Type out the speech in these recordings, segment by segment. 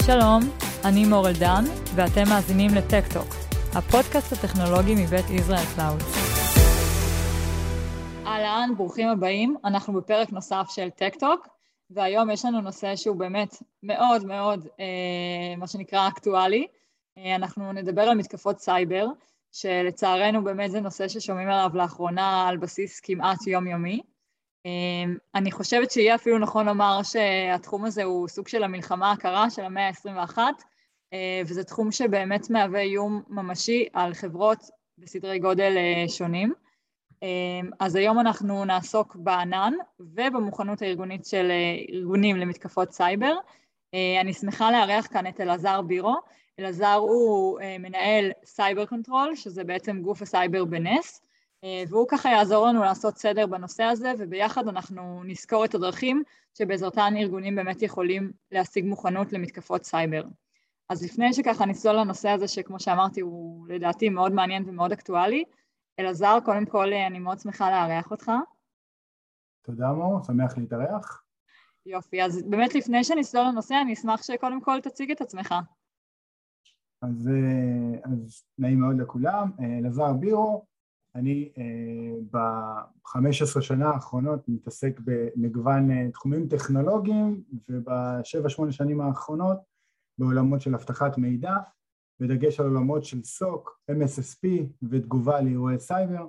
שלום, אני מורל דן, ואתם מאזינים לטק-טוק, הפודקאסט הטכנולוגי מבית ישראל קלאוד. אהלן, ברוכים הבאים, אנחנו בפרק נוסף של טק-טוק, והיום יש לנו נושא שהוא באמת מאוד מאוד, מה שנקרא אקטואלי. אנחנו נדבר על מתקפות סייבר, שלצערנו באמת זה נושא ששומעים עליו לאחרונה על בסיס כמעט יומיומי. אני חושבת שיהיה אפילו נכון לומר שהתחום הזה הוא סוג של המלחמה הקרה של המאה ה-21, וזה תחום שבאמת מהווה איום ממשי על חברות בסדרי גודל שונים. אז היום אנחנו נעסוק בענן ובמוכנות הארגונית של ארגונים למתקפות סייבר. אני שמחה לארח כאן את אלעזר בירו. אלעזר הוא מנהל סייבר קונטרול, שזה בעצם גוף הסייבר בנס, והוא ככה יעזור לנו לעשות סדר בנושא הזה, וביחד אנחנו נזכור את הדרכים שבעזרתן ארגונים באמת יכולים להשיג מוכנות למתקפות סייבר. אז לפני שככה נצלול לנושא הזה, שכמו שאמרתי הוא לדעתי מאוד מעניין ומאוד אקטואלי, אלעזר, קודם כל אני מאוד שמחה לארח אותך. תודה מור, שמח להתארח. יופי, אז באמת לפני שנצלול לנושא, אני אשמח שקודם כל תציג את עצמך. אז נעים מאוד לכולם, אלעזר בירו, אני ב-15 שנה האחרונות מתעסק במגוון תחומים טכנולוגיים, וב-7-8 שנים האחרונות בעולמות של אבטחת מידע, בדגש על עולמות של סוק, MSSP ותגובה לאירועי סייבר.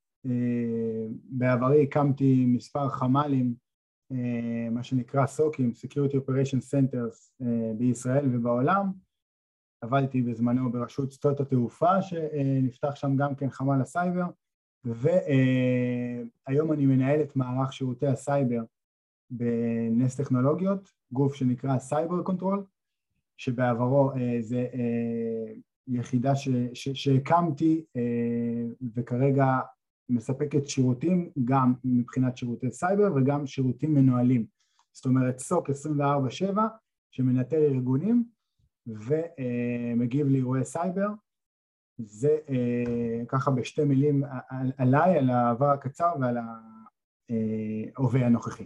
בעברי הקמתי מספר חמ"לים, מה שנקרא סוקים, Security Operation Centers בישראל ובעולם. עבדתי בזמנו ברשות שדות התעופה, שנפתח שם גם כן חמ"ל הסייבר, והיום אני מנהל את מערך שירותי הסייבר בנס טכנולוגיות, גוף שנקרא סייבר קונטרול, שבעברו זה יחידה שהקמתי וכרגע מספקת שירותים גם מבחינת שירותי סייבר וגם שירותים מנוהלים. זאת אומרת סוק 24/7 שמנטר ארגונים ומגיב לאירועי סייבר. זה ככה בשתי מילים עליי, על העבר הקצר ועל ההווה הנוכחי.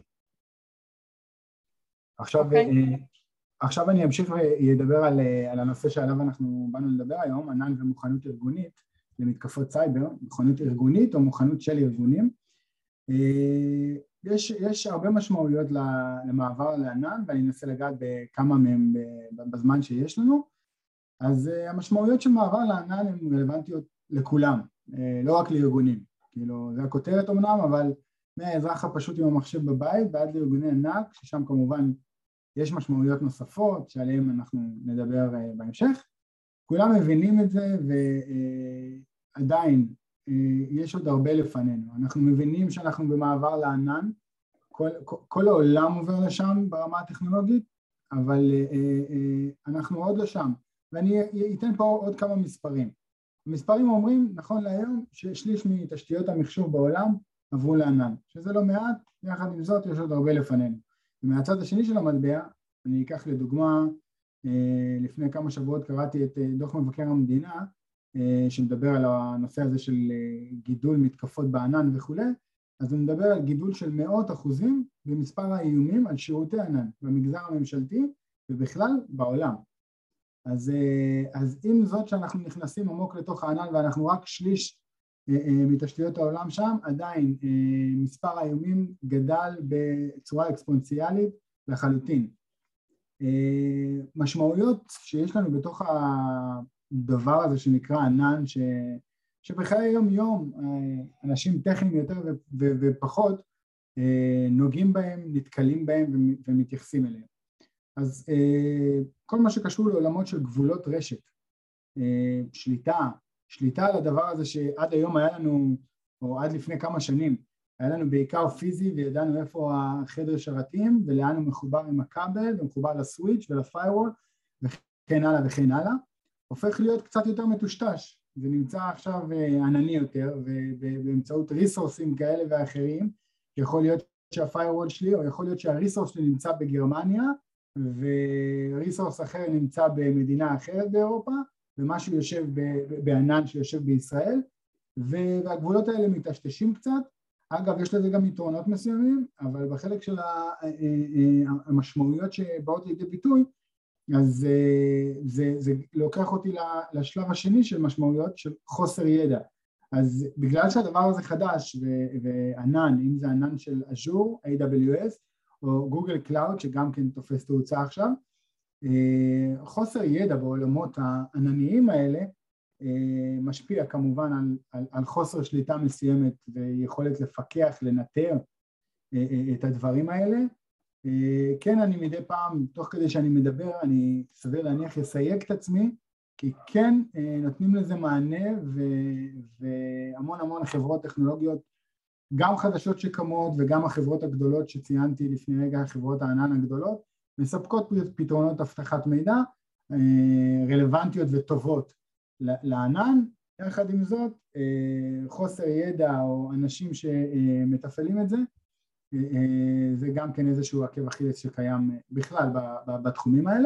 עכשיו אני אמשיך וידבר על הנושא שעליו אנחנו באנו לדבר היום, ענן ומוכנות ארגונית למתקפות סייבר, מוכנות ארגונית או מוכנות של ארגונים. יש הרבה משמעויות למעבר לענן, ואני אנסה לגעת בכמה מהם בזמן שיש לנו. אז המשמעויות של מעבר לענן הן רלוונטיות לכולם, לא רק לארגונים. כאילו, זה הכותרת אמנם, אבל מהאזרח הפשוט עם המחשב בבית ועד לארגוני ענק, ששם כמובן יש משמעויות נוספות שעליהן אנחנו נדבר בהמשך. כולם מבינים את זה, ועדיין יש עוד הרבה לפנינו. אנחנו מבינים שאנחנו במעבר לענן, כל העולם עובר לשם ברמה הטכנולוגית, אבל אנחנו עוד לא שם. ואני אתן פה עוד כמה מספרים. המספרים אומרים, נכון להיום, ששליש מתשתיות המחשוב בעולם עברו לענן, שזה לא מעט, יחד עם זאת יש עוד הרבה לפנינו. ומהצד השני של המטבע, אני אקח לדוגמה, לפני כמה שבועות קראתי את דוח מבקר המדינה, שמדבר על הנושא הזה של גידול מתקפות בענן וכו', אז הוא מדבר על גידול של 100% במספר האיומים על שירותי ענן, במגזר הממשלתי ובכלל בעולם. אז עם זאת שאנחנו נכנסים עמוק לתוך הענן ואנחנו רק שליש מתשתיות העולם שם, עדיין מספר האיומים גדל בצורה אקספוננציאלית לחלוטין. משמעויות שיש לנו בתוך הדבר הזה שנקרא ענן, שבחיי היום יום אנשים טכניים יותר ופחות נוגעים בהם, נתקלים בהם ומתייחסים אליהם. אז כל מה שקשור לעולמות של גבולות רשת, שליטה על הדבר הזה שעד היום היה לנו, או עד לפני כמה שנים, היה לנו בעיקר פיזי וידענו איפה החדר שרתים ולאן הוא מחובר עם הכבל ומחובר לסוויץ' ולפיירוול וכן הלאה וכן הלאה, הופך להיות קצת יותר מטושטש. זה נמצא עכשיו ענני יותר ובאמצעות ריסורסים כאלה ואחרים, יכול להיות שהפיירוול שלי או יכול להיות שהריסורס שלי נמצא בגרמניה וריסורס אחר נמצא במדינה אחרת באירופה ומשהו יושב בענן שיושב בישראל, והגבולות האלה מטשטשים קצת. אגב, יש לזה גם יתרונות מסוימים, אבל בחלק של המשמעויות שבאות לידי ביטוי, אז זה לוקח אותי לשלב השני של משמעויות של חוסר ידע. אז בגלל שהדבר הזה חדש וענן, אם זה ענן של Azure, AWS או גוגל קלאוד שגם כן תופס תאוצה עכשיו, חוסר ידע בעולמות הענניים האלה משפיע כמובן על חוסר שליטה מסוימת ויכולת לפקח, לנטר את הדברים האלה. כן, אני מדי פעם, תוך כדי שאני מדבר, אני סביר להניח אסייג את עצמי, כי כן נותנים לזה מענה והמון המון חברות טכנולוגיות, גם חדשות שקמות וגם החברות הגדולות שציינתי לפני רגע, חברות הענן הגדולות, מספקות פתרונות אבטחת מידע רלוונטיות וטובות לענן. יחד עם זאת, חוסר ידע או אנשים שמתפעלים את זה, זה גם כן איזשהו עקב אכילס שקיים בכלל בתחומים האלה.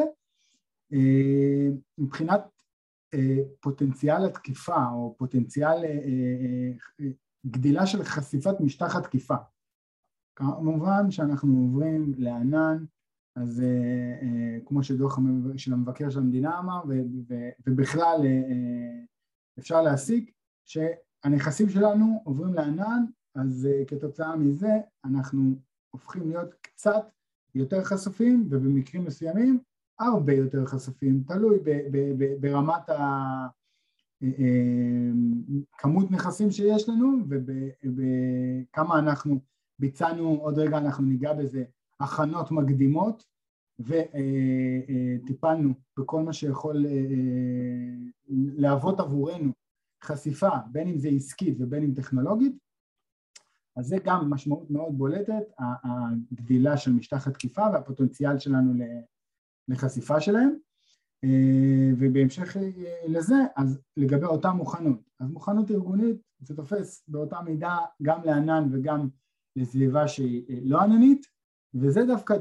מבחינת פוטנציאל התקיפה או פוטנציאל גדילה של חשיפת משטח התקיפה, כמובן שאנחנו עוברים לענן, אז כמו שדוח של המבקר של המדינה אמר, ובכלל אפשר להסיק שהנכסים שלנו עוברים לענן, אז כתוצאה מזה אנחנו הופכים להיות קצת יותר חשופים, ובמקרים מסוימים הרבה יותר חשופים, תלוי ברמת כמות נכסים שיש לנו, ובכמה אנחנו ביצענו, עוד רגע אנחנו ניגע בזה, הכנות מקדימות, וטיפלנו בכל מה שיכול להוות עבורנו חשיפה, בין אם זה עסקית ובין אם טכנולוגית. אז זה גם משמעות מאוד בולטת, הגדילה של משטח התקיפה והפוטנציאל שלנו לחשיפה שלהם. ובהמשך לזה, אז לגבי אותה מוכנות, אז מוכנות ארגונית זה תופס באותה מידה גם לענן וגם לסביבה שהיא לא עננית, וזה דווקא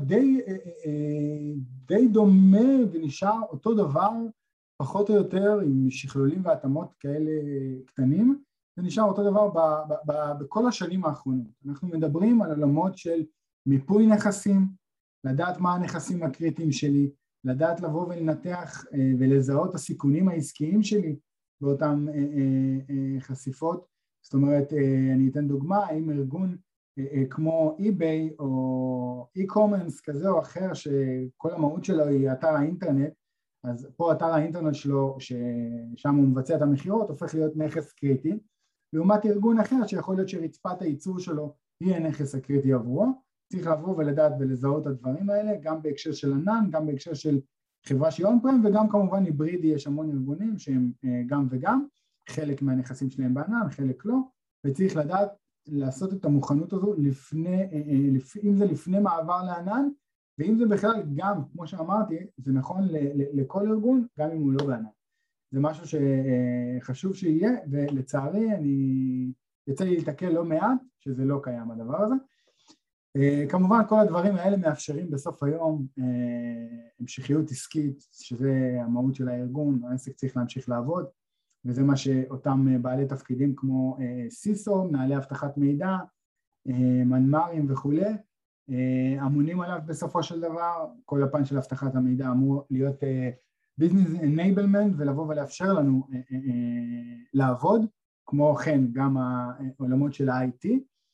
די דומה ונשאר אותו דבר פחות או יותר עם שכלולים והתאמות כאלה קטנים, זה נשאר אותו דבר בכל השנים האחרונות. אנחנו מדברים על עולמות של מיפוי נכסים, לדעת מה הנכסים הקריטיים שלי, לדעת לבוא ולנתח ולזהות הסיכונים העסקיים שלי באותם חשיפות. זאת אומרת, אני אתן דוגמה, אם ארגון כמו eBay או e-commerce כזה או אחר שכל המהות שלו היא אתר האינטרנט, אז פה אתר האינטרנט שלו ששם הוא מבצע את המחירות הופך להיות נכס קריטי, לעומת ארגון אחר שיכול להיות שרצפת הייצור שלו היא הנכס הקריטי עבורו. צריך לבוא ולדעת ולזהות את הדברים האלה, גם בהקשר של ענן, גם בהקשר של חברה שהיא און פרם, וגם כמובן היברידי, יש המון ארגונים שהם גם וגם, חלק מהנכסים שלהם בענן, חלק לא, וצריך לדעת לעשות את המוכנות הזו אם זה לפני מעבר לענן, ואם זה בכלל גם, כמו שאמרתי, זה נכון לכל ארגון, גם אם הוא לא בענן. זה משהו שחשוב שיהיה, ולצערי אני יוצא לי להתקל לא מעט, שזה לא קיים הדבר הזה. כמובן כל הדברים האלה מאפשרים בסוף היום המשכיות עסקית, שזה המהות של הארגון, העסק צריך להמשיך לעבוד, וזה מה שאותם בעלי תפקידים כמו סיסו, מנהלי אבטחת מידע, מנמ"רים וכולי, אמונים עליו בסופו של דבר. כל הפן של אבטחת המידע אמור להיות business enablement ולבוא ולאפשר לנו לעבוד, כמו כן גם העולמות של ה-IT,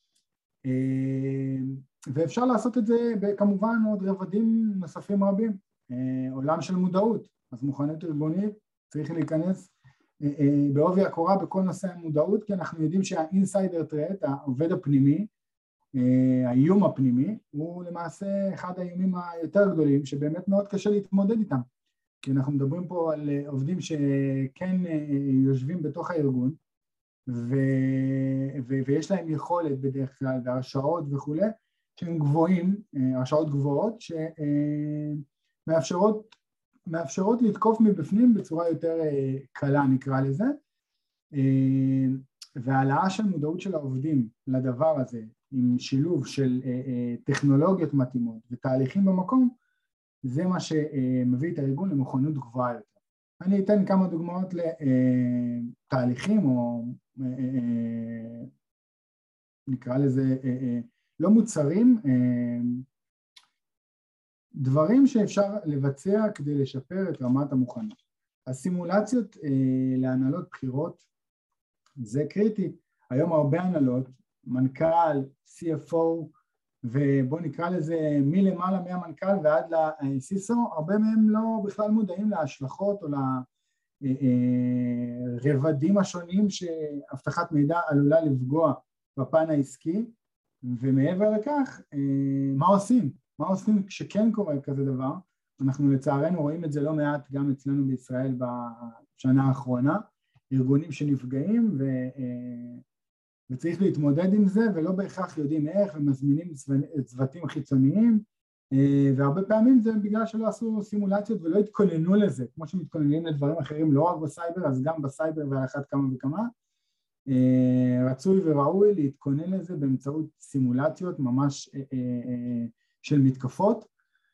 ואפשר לעשות את זה כמובן עוד רבדים נוספים רבים. עולם של מודעות, אז מוכנות ארגונית צריך להיכנס בעובי הקורה בכל נושא המודעות, כי אנחנו יודעים שהאינסיידר טרט, העובד הפנימי, האיום הפנימי, הוא למעשה אחד האיומים היותר גדולים שבאמת מאוד קשה להתמודד איתם, כי אנחנו מדברים פה על עובדים שכן יושבים בתוך הארגון ויש להם יכולת בדרך כלל והרשאות וכולי שהם גבוהים, הרשאות גבוהות שמאפשרות לתקוף מבפנים בצורה יותר קלה נקרא לזה, והעלאה של מודעות של העובדים לדבר הזה עם שילוב של טכנולוגיות מתאימות ותהליכים במקום, זה מה שמביא את הארגון למוכנות גבוהה יותר. אני אתן כמה דוגמאות לתהליכים או נקרא לזה לא מוצרים, דברים שאפשר לבצע כדי לשפר את רמת המוכנות. הסימולציות להנהלות בחירות זה קריטי. היום הרבה הנהלות, מנכ"ל, CFO, ובוא נקרא לזה מלמעלה מהמנכ"ל ועד ל-CISO, הרבה מהם לא בכלל מודעים להשלכות או לרבדים השונים שהבטחת מידע עלולה לפגוע בפן העסקי, ומעבר לכך, מה עושים? מה עושים כשכן קורה כזה דבר? אנחנו לצערנו רואים את זה לא מעט גם אצלנו בישראל בשנה האחרונה, ארגונים שנפגעים וצריך להתמודד עם זה, ולא בהכרח יודעים איך, ומזמינים צוותים חיצוניים, והרבה פעמים זה בגלל שלא עשו סימולציות ולא התכוננו לזה, כמו שמתכוננים לדברים אחרים, לא רק בסייבר, אז גם בסייבר ועל אחת כמה וכמה, רצוי וראוי להתכונן לזה באמצעות סימולציות ממש של מתקפות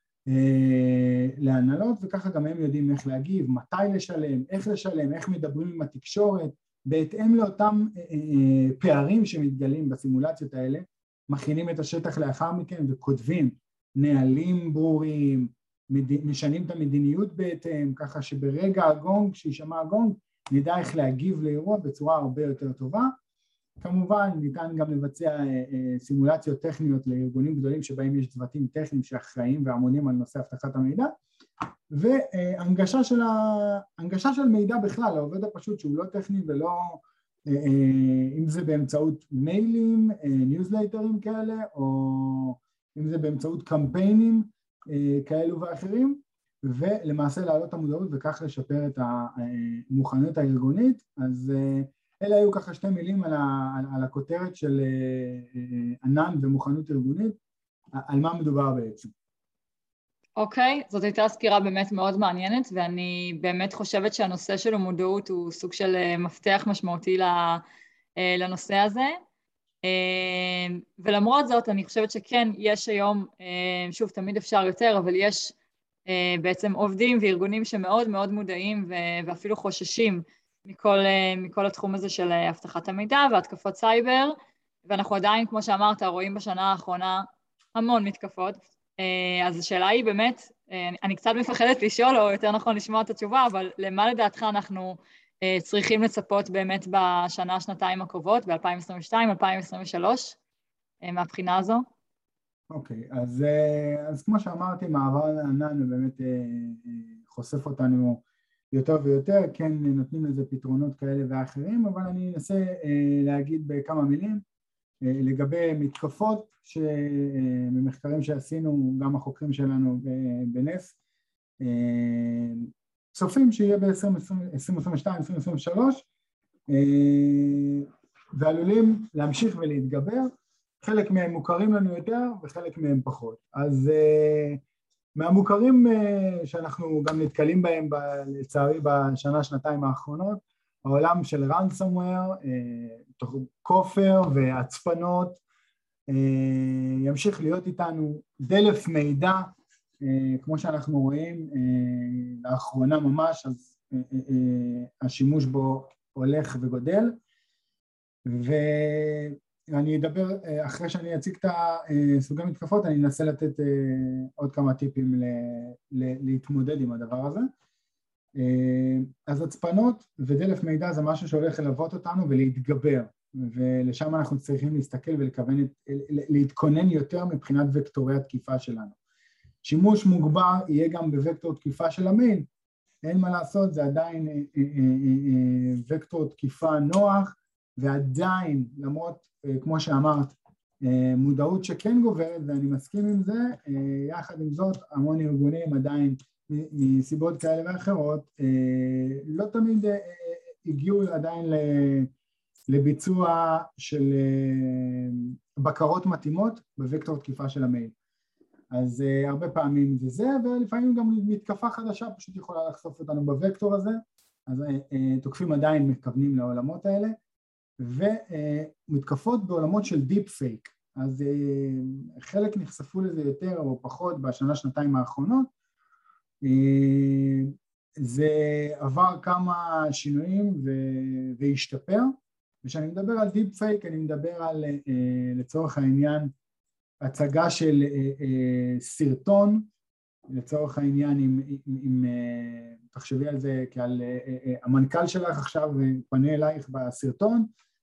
להנהלות, וככה גם הם יודעים איך להגיב, מתי לשלם, איך מדברים עם התקשורת, בהתאם לאותם פערים שמתגלים בסימולציות האלה, מכינים את השטח לאחר מכן וכותבים נהלים ברורים, משנים את המדיניות בהתאם, ככה שברגע הגונג, כשישמע הגונג, נדע איך להגיב לאירוע בצורה הרבה יותר טובה. כמובן ניתן גם לבצע סימולציות טכניות לארגונים גדולים שבהם יש צוותים טכניים שאחראים ואמונים על נושא אבטחת המידע, והנגשה של מידע בכלל, העובד הפשוט שהוא לא טכני ולא, אם זה באמצעות מיילים, ניוזלייטרים כאלה, או אם זה באמצעות קמפיינים כאלו ואחרים, ולמעשה להעלות את המודעות וכך לשפר את המוכנות הארגונית. אז אלה היו ככה שתי מילים על הכותרת של ענן ומוכנות ארגונית, על מה מדובר בעצם. אוקיי, זאת הייתה סקירה באמת מאוד מעניינת, ואני באמת חושבת שהנושא של המודעות הוא סוג של מפתח משמעותי לנושא הזה. ולמרות זאת, אני חושבת שכן, יש היום, שוב, תמיד אפשר יותר, אבל יש בעצם עובדים וארגונים שמאוד מאוד מודעים ואפילו חוששים מכל התחום הזה של אבטחת המידע והתקפות סייבר, ואנחנו עדיין, כמו שאמרת, רואים בשנה האחרונה המון מתקפות. אז השאלה היא באמת, אני קצת מפחדת לשאול, או יותר נכון לשמוע את התשובה, אבל למה לדעתך אנחנו צריכים לצפות באמת בשנה, שנתיים הקרובות, ב-2022, 2023, מהבחינה הזו? אוקיי, אז כמו שאמרתי, מעבר לענן הוא באמת חושף אותנו יותר ויותר, כן נותנים לזה פתרונות כאלה ואחרים, אבל אני אנסה להגיד בכמה מילים לגבי מתקפות שבמחקרים שעשינו, גם החוקרים שלנו בנס, צופים שיהיה ב-2022, 2023, ועלולים להמשיך ולהתגבר, חלק מהם מוכרים לנו יותר וחלק מהם פחות. אז מהמוכרים שאנחנו גם נתקלים בהם לצערי בשנה, שנתיים האחרונות, העולם של ransomware, כופר והצפנות, ימשיך להיות איתנו, דלף מידע, כמו שאנחנו רואים לאחרונה ממש, אז השימוש בו הולך וגודל, ואני אדבר, אחרי שאני אציג את הסוגי מתקפות, אני אנסה לתת עוד כמה טיפים להתמודד עם הדבר הזה. אז הצפנות ודלף מידע זה משהו שהולך ללוות אותנו ולהתגבר, ולשם אנחנו צריכים להסתכל להתכונן יותר מבחינת וקטורי התקיפה שלנו. שימוש מוגבר יהיה גם בוקטור תקיפה של המייל, אין מה לעשות, זה עדיין וקטור תקיפה נוח, ועדיין, למרות, כמו שאמרת, מודעות שכן גוברת, ואני מסכים עם זה, יחד עם זאת, המון ארגונים עדיין, מסיבות כאלה ואחרות, לא תמיד הגיעו עדיין לביצוע של בקרות מתאימות בוקטור תקיפה של המייל. אז הרבה פעמים זה, ולפעמים גם מתקפה חדשה פשוט יכולה לחשוף אותנו בוקטור הזה, אז תוקפים עדיין מכוונים לעולמות האלה, ומתקפות בעולמות של דיפ פייק, אז חלק נחשפו לזה יותר או פחות בשנה, שנתיים האחרונות, זה עבר כמה שינויים והשתפר, וכשאני מדבר על דיפ פייק אני מדבר על לצורך העניין, הצגה של סרטון לצורך העניין, אם תחשבי על זה כעל המנכ"ל שלך עכשיו פנה אלייך בסרטון,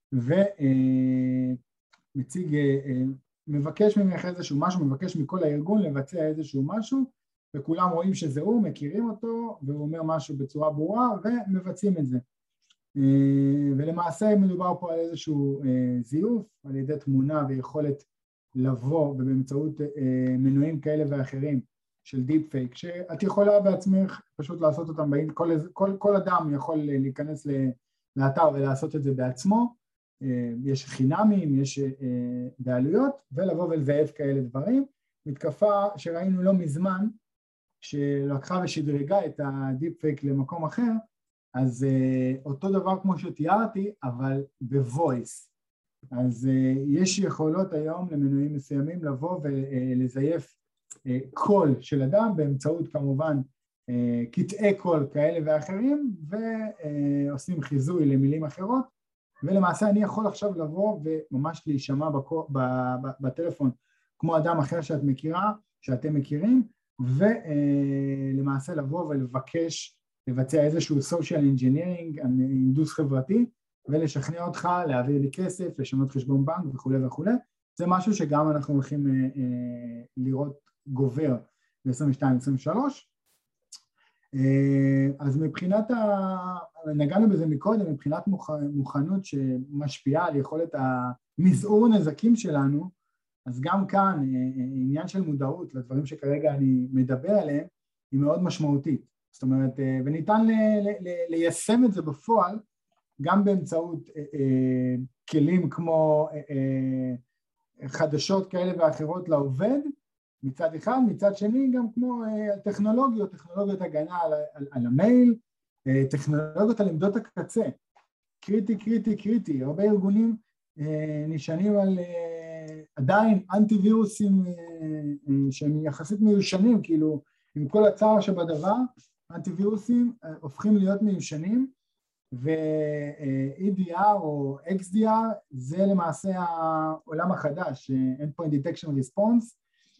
ומציג, מבקש ממך איזשהו משהו, מבקש מכל הארגון לבצע איזשהו משהו, וכולם רואים שזה הוא, מכירים אותו, והוא אומר משהו בצורה ברורה, ומבצעים את זה. ולמעשה מדובר פה על איזשהו זיוף, על ידי תמונה ויכולת לבוא, ובאמצעות מנועים כאלה ואחרים של דיפ פייק, שאת יכולה בעצמך פשוט לעשות אותם, כל אדם יכול להיכנס לאתר ולעשות את זה בעצמו, יש חינמים, יש בעלויות, ולבוא ולזייף כאלה דברים. מתקפה שראינו לא מזמן, שלקחה ושדרגה את הדיפ פייק למקום אחר, אז אותו דבר כמו שתיארתי, אבל בוויס. אז יש יכולות היום למנועים מסוימים לבוא ולזייף קול של אדם, באמצעות כמובן קטעי קול כאלה ואחרים, ועושים חיזוי למילים אחרות, ולמעשה אני יכול עכשיו לבוא וממש להישמע בטלפון כמו אדם אחר שאת מכירה, שאתם מכירים, ולמעשה לבוא ולבקש לבצע איזשהו social engineering, אינדוס חברתי, ולשכנע אותך להעביר לי כסף, לשנות חשבון בנק וכו' וכו'. זה משהו שגם אנחנו הולכים לראות גובר ב-22-23. אז מבחינת, נגענו בזה מקודם, מבחינת מוכנות שמשפיעה על יכולת המזעור נזקים שלנו, אז גם כאן עניין של מודעות לדברים שכרגע אני מדבר עליהם, היא מאוד משמעותית. זאת אומרת, וניתן ליישם את זה בפועל, גם באמצעות כלים כמו חדשות כאלה ואחרות לעובד, מצד אחד, מצד שני גם כמו טכנולוגיות הגנה על המייל, טכנולוגיות על עמדות הקצה, קריטי, הרבה ארגונים נשענים על עדיין אנטי-וירוסים שהם יחסית מיושנים, כאילו עם כל הצער שבדבר, אנטי-וירוסים הופכים להיות מיושנים, ו-EDR או XDR זה למעשה העולם החדש, Endpoint Detection Response,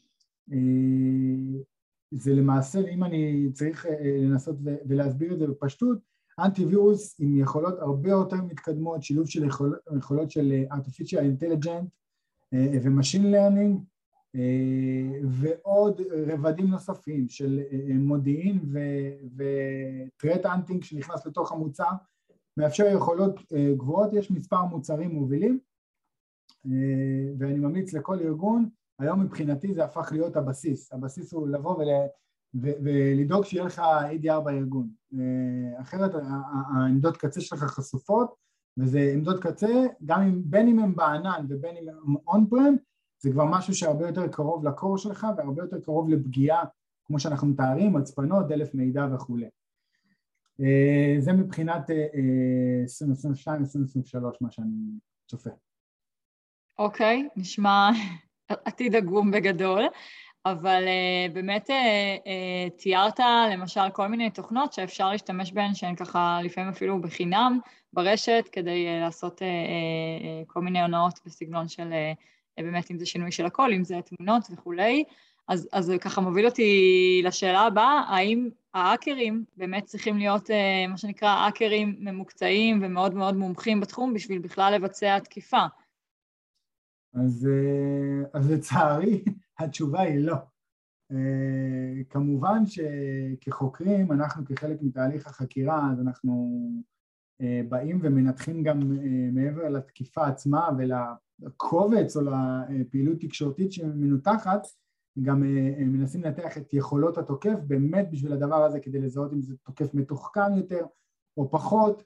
זה למעשה, אם אני צריך לנסות ולהסביר את זה בפשטות, אנטי-וירוס עם יכולות הרבה יותר מתקדמות, שילוב של יכולות של Artificial Intelligence ו-Machine Learning, ועוד רבדים נוספים של מודיעין ו-Threat Hunting שנכנס לתוך המוצר, מאפשר יכולות גבוהות. יש מספר מוצרים מובילים, ואני ממליץ לכל ארגון, היום מבחינתי זה הפך להיות הבסיס הוא לבוא ולדאוג שיהיה לך EDR בארגון, אחרת העמדות קצה שלך חשופות, וזה עמדות קצה, בין אם הם בענן ובין אם הם on-prem, זה כבר משהו שהרבה יותר קרוב לקור שלך, והרבה יותר קרוב לפגיעה, כמו שאנחנו מתארים, הצפנות, דלף מידע וכו'. זה מבחינת 2022-2023, מה שאני צופה. אוקיי, נשמע עתיד עגום בגדול, אבל באמת תיארת למשל כל מיני תוכנות שאפשר להשתמש בהן, שהן ככה לפעמים אפילו בחינם ברשת, כדי לעשות כל מיני הונאות בסגנון של באמת אם זה שינוי של הכל, אם זה תמונות וכולי. אז זה ככה מוביל אותי לשאלה הבאה, האם ההאקרים באמת צריכים להיות מה שנקרא האקרים ממוקצעים ומאוד מאוד מומחים בתחום בשביל בכלל לבצע תקיפה? אז לצערי התשובה היא לא. כמובן שכחוקרים אנחנו כחלק מתהליך החקירה, אז אנחנו באים ומנתחים גם מעבר לתקיפה עצמה ולקובץ או לפעילות תקשורתית שמנותחת, גם מנסים לנתח את יכולות התוקף באמת בשביל הדבר הזה, כדי לזהות אם זה תוקף מתוחכם יותר או פחות,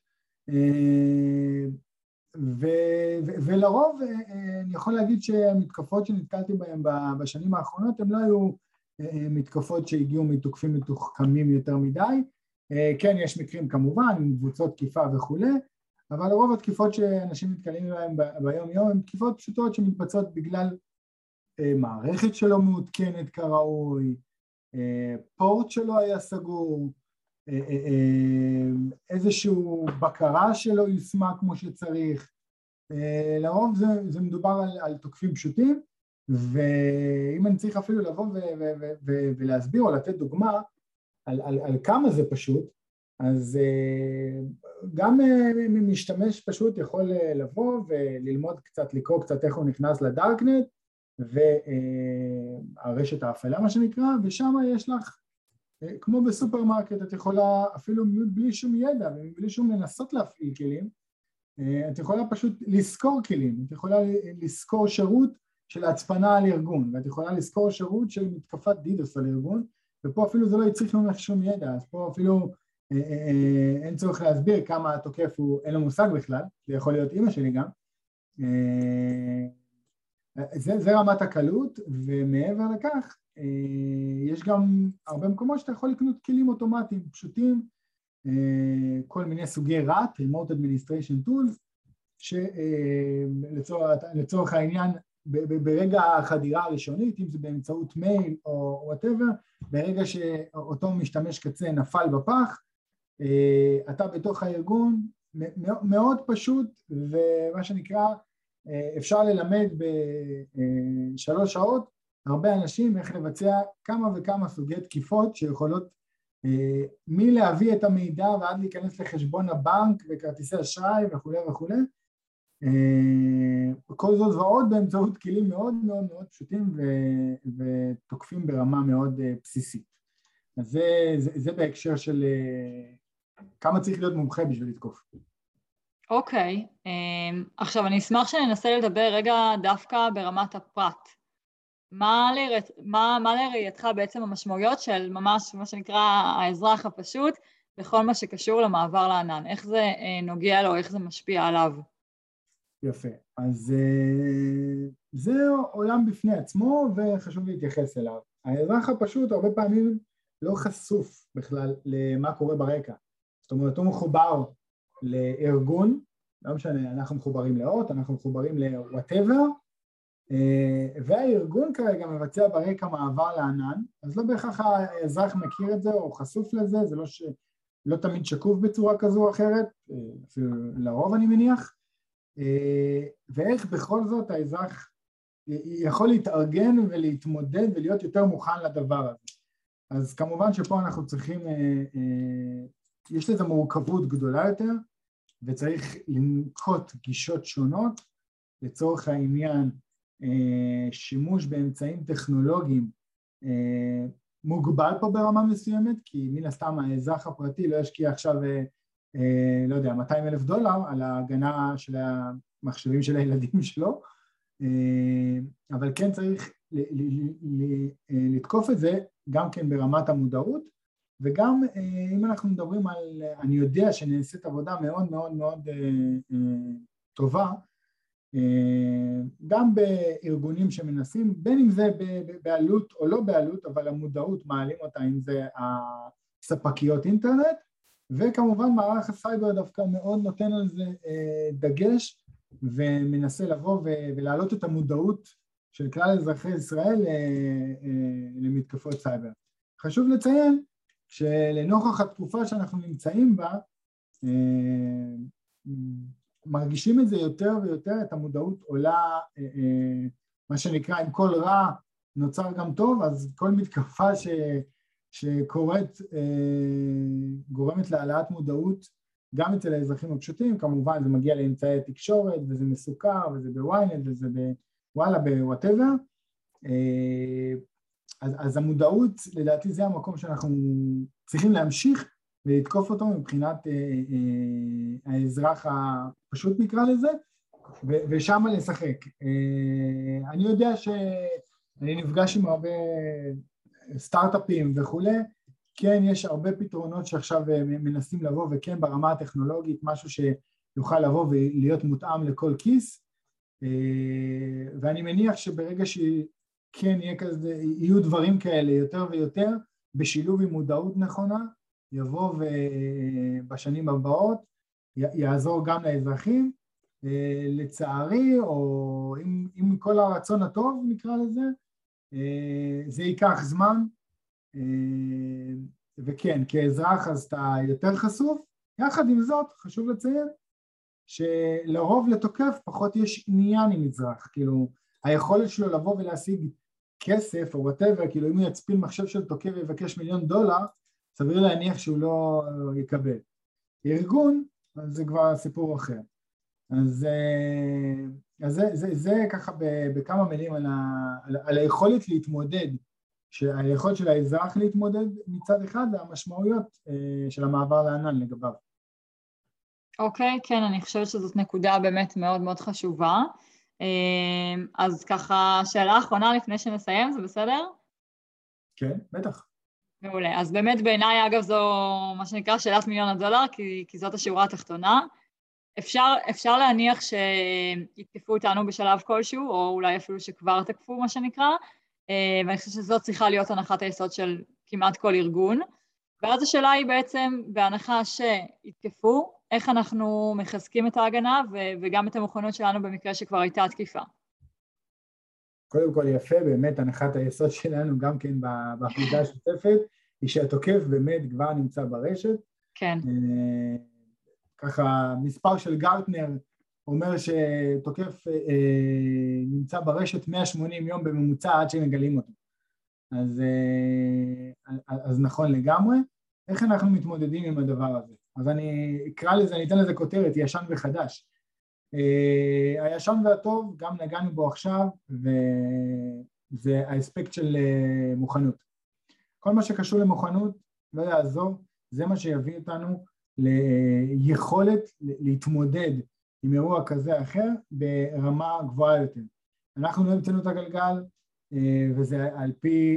ולרוב אני יכול להגיד שהמתקפות שנתקלתי בהן בשנים האחרונות הן לא היו מתקפות שהגיעו מתוקפים מתוחכמים יותר מדי. כן, יש מקרים כמובן עם קבוצות תקיפה וכו', אבל רוב התקיפות שאנשים מתקלים בהן ביום יום הן תקיפות פשוטות שמתבצעות בגלל מערכת שלא מעודכנת כראוי, פורט שלא היה סגור, איזשהו בקרה שלא יושמה כמו שצריך. לרוב זה מדובר על תוקפים פשוטים, ואם אני צריך אפילו לבוא ולהסביר או לתת דוגמה על כמה זה פשוט, אז גם משתמש פשוט יכול לבוא וללמוד קצת, לקרוא קצת איך הוא נכנס לדארקנט, והרשת האפלה מה שנקרא, ושם יש לך, כמו בסופרמרקט, את יכולה אפילו בלי שום ידע, ובלי שום לנסות להפעיל כלים, את יכולה פשוט לזכור כלים, את יכולה לזכור שירות של הצפנה על ארגון, ואת יכולה לזכור שירות של מתקפת דידוס על ארגון, ופה אפילו זה לא יצריך ממך שום ידע, אז פה אפילו אין צורך להסביר כמה התוקף הוא, אין לו מושג בכלל, זה יכול להיות אמא שלי גם, זה רמת הקלות, ומעבר לכך, יש גם הרבה מקומות שאתה יכול לקנות כלים אוטומטיים, פשוטים, כל מיני סוגי RAT, Remote Administration Tools, שלצורך העניין, ברגע החדירה הראשונית, אם זה באמצעות מייל או whatever, ברגע שאותו משתמש קצה נפל בפח, אתה בתוך הארגון, מאוד פשוט, ומה שנקרא, אפשר ללמד ב3 שעות, הרבה אנשים איך לבצע כמה וכמה סוגי תקיפות שיכולות מלהביא את המידע ועד להיכנס לחשבון הבנק וכרטיסי אשראי וכו' וכו'. כל זאת ועוד באמצעות כלים מאוד מאוד מאוד פשוטים ותוקפים ברמה מאוד בסיסית. אז זה בהקשר של כמה צריך להיות מומחה בשביל לתקוף. אוקיי, עכשיו אני אשמח שננסה לדבר רגע דווקא ברמת הפרט. מה לראייתך בעצם המשמעויות של ממש מה שנקרא האזרח הפשוט בכל מה שקשור למעבר לענן? איך זה נוגע לו, איך זה משפיע עליו? יפה, אז זה עולם בפני עצמו וחשוב להתייחס אליו. האזרח הפשוט הרבה פעמים לא חשוף בכלל למה קורה ברקע. זאת אומרת, הוא מחובר לארגון, לא משנה, אנחנו מחוברים לאות, אנחנו מחוברים ל-whatever, והארגון כרגע מבצע ברקע מעבר לענן, אז לא בהכרח האזרח מכיר את זה או חשוף לזה, זה לא תמיד שקוף בצורה כזו או אחרת, אפילו לרוב אני מניח, ואיך בכל זאת האזרח יכול להתארגן ולהתמודד ולהיות יותר מוכן לדבר הזה. אז כמובן שפה אנחנו צריכים, יש לזה מורכבות גדולה יותר, וצריך לנקוט גישות שונות, לצורך העניין שימוש באמצעים טכנולוגיים מוגבל פה ברמה מסוימת, כי מן הסתם האזרח הפרטי לא ישקיע עכשיו, לא יודע, $200,000 על ההגנה של המחשבים של הילדים שלו, אבל כן צריך לתקוף את זה גם כן ברמת המודעות, וגם אם אנחנו מדברים על, אני יודע שנעשית עבודה מאוד מאוד מאוד טובה, גם בארגונים שמנסים, בין אם זה בעלות או לא בעלות, אבל המודעות מעלים אותה, אם זה הספקיות אינטרנט, וכמובן מערך הסייבר דווקא מאוד נותן על זה דגש, ומנסה לבוא ולהעלות את המודעות של כלל אזרחי ישראל למתקפות סייבר. חשוב לציין שלנוכח התקופה שאנחנו נמצאים בה, מרגישים את זה יותר ויותר, את המודעות עולה, מה שנקרא, עם כל רע נוצר גם טוב, אז כל מתקפה שקורית גורמת להעלאת מודעות, גם אצל האזרחים הפשוטים, כמובן זה מגיע לאמצעי תקשורת, וזה מסוכר, וזה בוויינט, וזה בוואלה, בוואטאבר, אז המודעות, לדעתי זה המקום שאנחנו צריכים להמשיך ולתקוף אותו מבחינת האזרח הפשוט נקרא לזה, ושם לשחק. אני יודע שאני נפגש עם הרבה סטארט-אפים וכו', כן יש הרבה פתרונות שעכשיו מנסים לבוא, וכן ברמה הטכנולוגית משהו שיוכל לבוא ולהיות מותאם לכל כיס, ואני מניח שברגע שכן יהיו דברים כאלה יותר ויותר, בשילוב עם מודעות נכונה, יבוא ובשנים הבאות יעזור גם לאזרחים, לצערי, או עם כל הרצון הטוב נקרא לזה, זה ייקח זמן, וכן, כאזרח אז אתה יותר חשוף, יחד עם זאת חשוב לציין שלרוב לתוקף פחות יש עניין עם אזרח, כאילו היכולת שלו לבוא ולהשיג כסף או whatever, כאילו אם הוא יצפיל מחשב של תוקף ויבקש $1,000,000, סביר להניח שהוא לא יקבל. ארגון, אז זה כבר סיפור אחר. אז זה ככה בכמה מילים על היכולת להתמודד, היכולת של האזרח להתמודד מצד אחד, והמשמעויות של המעבר לענן לגביו. אוקיי, כן, אני חושבת שזאת נקודה באמת מאוד מאוד חשובה. אז ככה, שאלה אחרונה לפני שנסיים, זה בסדר? כן, בטח. מעולה. אז באמת בעיניי, אגב, זו מה שנקרא שאלת $1,000,000, כי זאת השורה התחתונה. אפשר להניח שיתקפו אותנו בשלב כלשהו, או אולי אפילו שכבר תקפו, מה שנקרא, ואני חושבת שזאת צריכה להיות הנחת היסוד של כמעט כל ארגון. ואז השאלה היא בעצם, בהנחה שיתקפו, איך אנחנו מחזקים את ההגנה וגם את המוכנות שלנו במקרה שכבר הייתה תקיפה. קודם כל יפה, באמת הנחת היסוד שלנו גם כן בהפלוגה השותפת, היא שהתוקף באמת כבר נמצא ברשת. כן. ככה מספר של גרטנר אומר שתוקף נמצא ברשת 180 יום בממוצע עד שמגלים אותו. אז נכון לגמרי. איך אנחנו מתמודדים עם הדבר הזה? אז אני אתן לזה כותרת, ישן וחדש. הישן והטוב גם נגענו בו עכשיו, וזה האספקט של מוכנות. כל מה שקשור למוכנות לא יעזור, זה מה שיביא אותנו ליכולת להתמודד עם אירוע כזה או אחר ברמה גבוהה יותר. אנחנו לא המצאנו את הגלגל, וזה על פי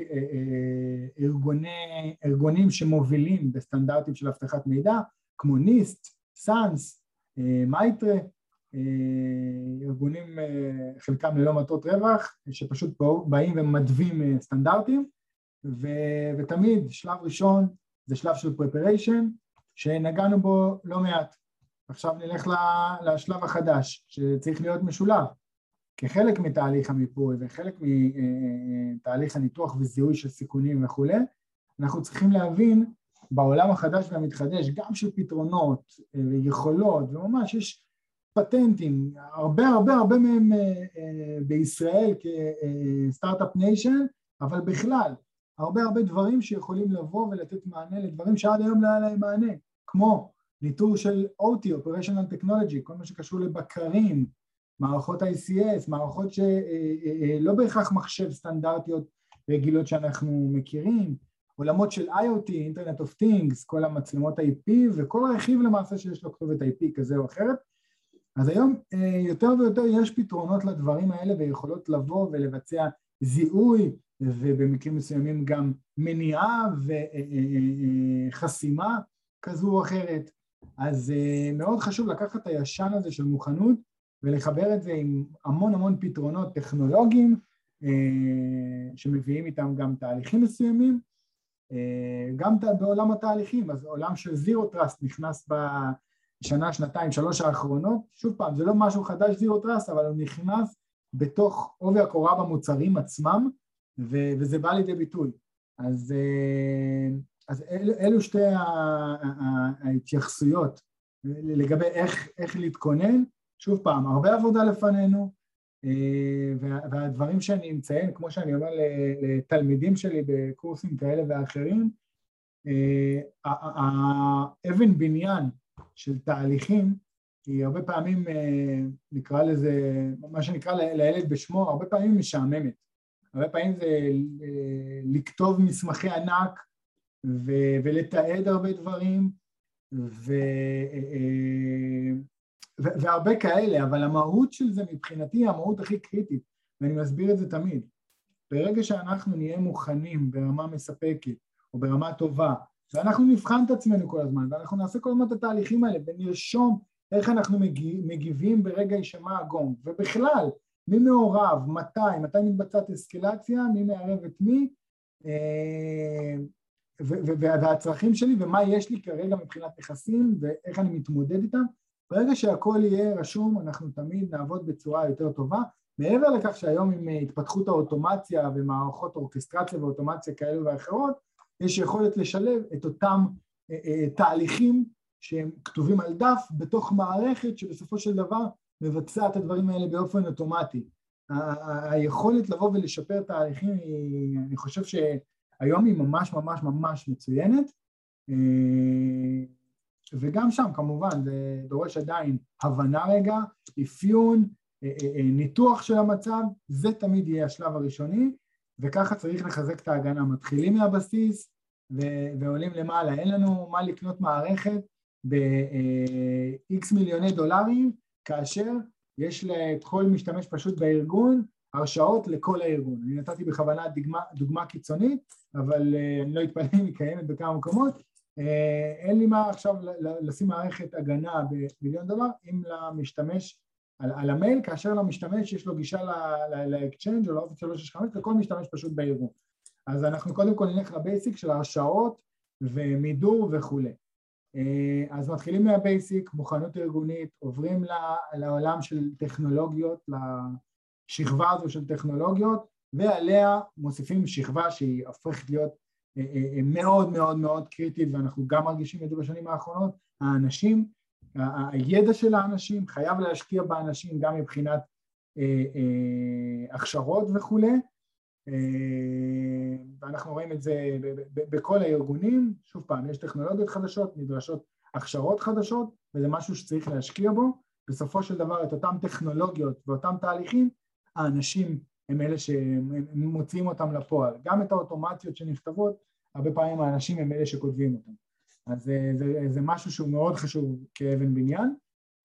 ארגונים שמובילים בסטנדרטים של אבטחת מידע, כמו ניסט, סאנס, מייטרה, ארגונים חלקם ללא מטרות רווח, שפשוט באים ומדווים סטנדרטים, ותמיד שלב ראשון זה שלב של preparation, שנגענו בו לא מעט. עכשיו נלך לשלב החדש, שצריך להיות משולב. כחלק מתהליך המיפוי וחלק מתהליך הניתוח וזיהוי של סיכונים וכו', אנחנו צריכים להבין בעולם החדש והמתחדש, גם של פתרונות ויכולות, וממש יש פטנטים, הרבה מהם בישראל כסטארט-אפ ניישן, אבל בכלל, הרבה דברים שיכולים לבוא ולתת מענה לדברים שעד היום לא היה להם מענה, כמו ניטור של OT, Operational Technology, כל מה שקשור לבקרים, מערכות ICS, מערכות שלא בהכרח מחשב סטנדרטיות רגילות שאנחנו מכירים, עולמות של IoT, Internet of Things, כל המצלמות IP וכל רכיב למעשה שיש לו כתובת IP כזה או אחרת. אז היום יותר ויותר יש פתרונות לדברים האלה ויכולות לבוא ולבצע זיהוי ובמקרים מסוימים גם מניעה וחסימה כזו או אחרת. אז מאוד חשוב לקחת את הישן הזה של מוכנות ולחבר את זה עם המון פתרונות טכנולוגיים שמביאים איתם גם תהליכים מסוימים, גם בעולם התהליכים. אז עולם של זירו טראסט נכנס בשנה, שנתיים, 3 האחרונות, שוב פעם, זה לא משהו חדש זירו טראסט, אבל הוא נכנס בתוך עובי הקורה במוצרים עצמם, וזה בא לידי ביטוי. אז אלו שתי ההתייחסויות לגבי איך להתכונן. שוב פעם, הרבה עבודה לפנינו, והדברים שאני מציין, כמו שאני אומר לתלמידים שלי בקורסים כאלה ואחרים, האבן בניין של תהליכים, היא הרבה פעמים נקרא לזה, מה שנקרא לילד בשמו, הרבה פעמים משעממת. הרבה פעמים זה לכתוב מסמכי ענק ולתעד הרבה דברים, והרבה כאלה, אבל המהות של זה מבחינתי היא המהות הכי קריטית, ואני מסביר את זה תמיד. ברגע שאנחנו נהיה מוכנים ברמה מספקת או ברמה טובה, ואנחנו נבחן את עצמנו כל הזמן, ואנחנו נעשה כל הזמן את התהליכים האלה, ונרשום איך אנחנו מגיבים ברגע יישמע הגונג, ובכלל, מי מעורב, מתי מתבצעת אסקלציה, מי מערב את מי, והצרכים שלי, ומה יש לי כרגע מבחינת נכסים, ואיך אני מתמודד איתם. ברגע שהכל יהיה רשום, אנחנו תמיד נעבוד בצורה יותר טובה, מעבר לכך שהיום עם התפתחות האוטומציה ומערכות אורקסטרציה ואוטומציה כאלו ואחרות, יש יכולת לשלב את אותם תהליכים שהם כתובים על דף בתוך מערכת שבסופו של דבר מבצע את הדברים האלה באופן אוטומטי. היכולת לבוא ולשפר תהליכים, אני חושב שהיום היא ממש ממש ממש מצוינת, וגם שם כמובן זה דורש עדיין הבנה רגע, אפיון, ניתוח של המצב, זה תמיד יהיה השלב הראשוני, וככה צריך לחזק את ההגנה. מתחילים מהבסיס ועולים למעלה, אין לנו מה לקנות מערכת ב-X מיליוני דולרים, כאשר יש לכל משתמש פשוט בארגון הרשאות לכל הארגון. אני נתתי בכוונה דוגמה קיצונית, אבל אני לא אתפלא אם היא קיימת בכמה מקומות. אין לי מה עכשיו לשים מערכת הגנה במיליון דולר, אם למשתמש על המייל, כאשר למשתמש יש לו גישה לאקצ'יינג' או לאופיס 365, לכל משתמש פשוט בארגון. אז אנחנו קודם כל נלך לבייסיק של הרשאות ומידור וכו'. אז מתחילים מהבייסיק, מוכנות ארגונית, עוברים לעולם של טכנולוגיות, לשכבה הזו של טכנולוגיות, ועליה מוסיפים שכבה שהיא הופכת להיות מאוד מאוד מאוד קריטית, ואנחנו גם מרגישים את זה בשנים האחרונות, האנשים, הידע של האנשים, חייב להשקיע באנשים גם מבחינת הכשרות וכו', ואנחנו רואים את זה בכל הארגונים. שוב פעם, יש טכנולוגיות חדשות, נדרשות הכשרות חדשות, וזה משהו שצריך להשקיע בו. בסופו של דבר את אותם טכנולוגיות ואותם תהליכים, האנשים הם אלה שמוציאים אותם לפועל. גם את האוטומציות שנכתבות, הרבה פעמים האנשים הם אלה שכותבים אותם. אז זה משהו שהוא מאוד חשוב כאבן בניין,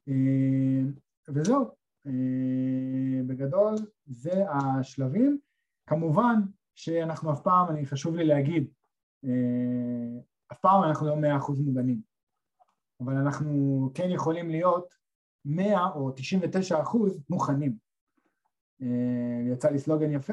וזהו, בגדול זה השלבים. כמובן שאנחנו אף פעם, חשוב לי להגיד, אף פעם אנחנו לא 100% מוגנים, אבל אנחנו כן יכולים להיות 100 או 99% מוכנים. יצא לי סלוגן יפה,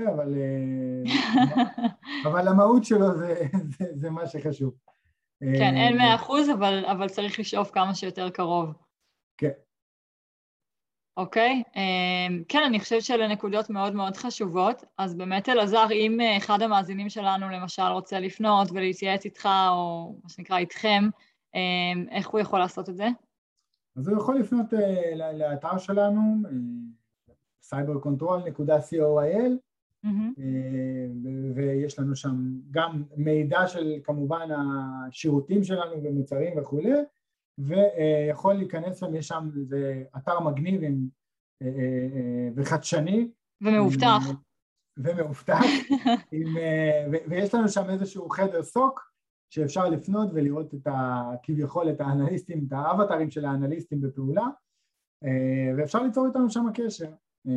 אבל המהות שלו זה מה שחשוב. כן, אין 100%, אבל צריך לשאוף כמה שיותר קרוב. כן. אוקיי, כן, אני חושבת שאלה נקודות מאוד מאוד חשובות, אז באמת אלעזר, אם אחד המאזינים שלנו למשל רוצה לפנות ולהתייעץ איתך, או מה שנקרא איתכם, איך הוא יכול לעשות את זה? אז הוא יכול לפנות לאתר שלנו, cybercontrol.coil, ויש לנו שם גם מידע של כמובן השירותים שלנו ומוצרים וכו', ויכול להיכנס שם, יש שם איזה אתר מגניב וחדשני. ומאובטח. ויש לנו שם איזשהו חדר סוק, שאפשר לפנות ולראות כביכול את האנליסטים, את האבטרים של האנליסטים בפעולה, ואפשר ליצור איתנו שם הקשר.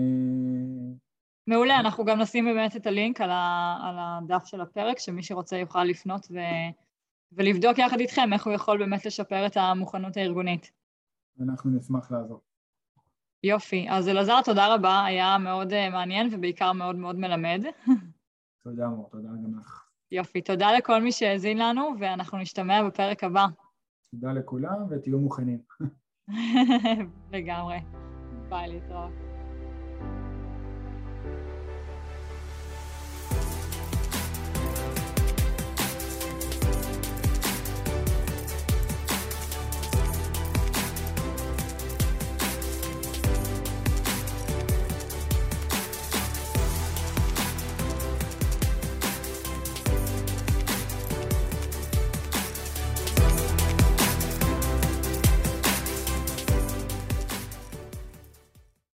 מעולה, אנחנו גם נשים באמת את הלינק על הדף של הפרק, שמי שרוצה יוכל לפנות ולבדוק יחד איתכם איך הוא יכול באמת לשפר את המוכנות הארגונית. אנחנו נשמח לעזור. יופי, אז אלעזר, תודה רבה, היה מאוד מעניין ובעיקר מאוד מאוד מלמד. תודה מור, תודה גם לך. יופי, תודה לכל מי שהאזין לנו, ואנחנו נשתמע בפרק הבא. תודה לכולם ותהיו מוכנים. לגמרי. ביי, להתראות.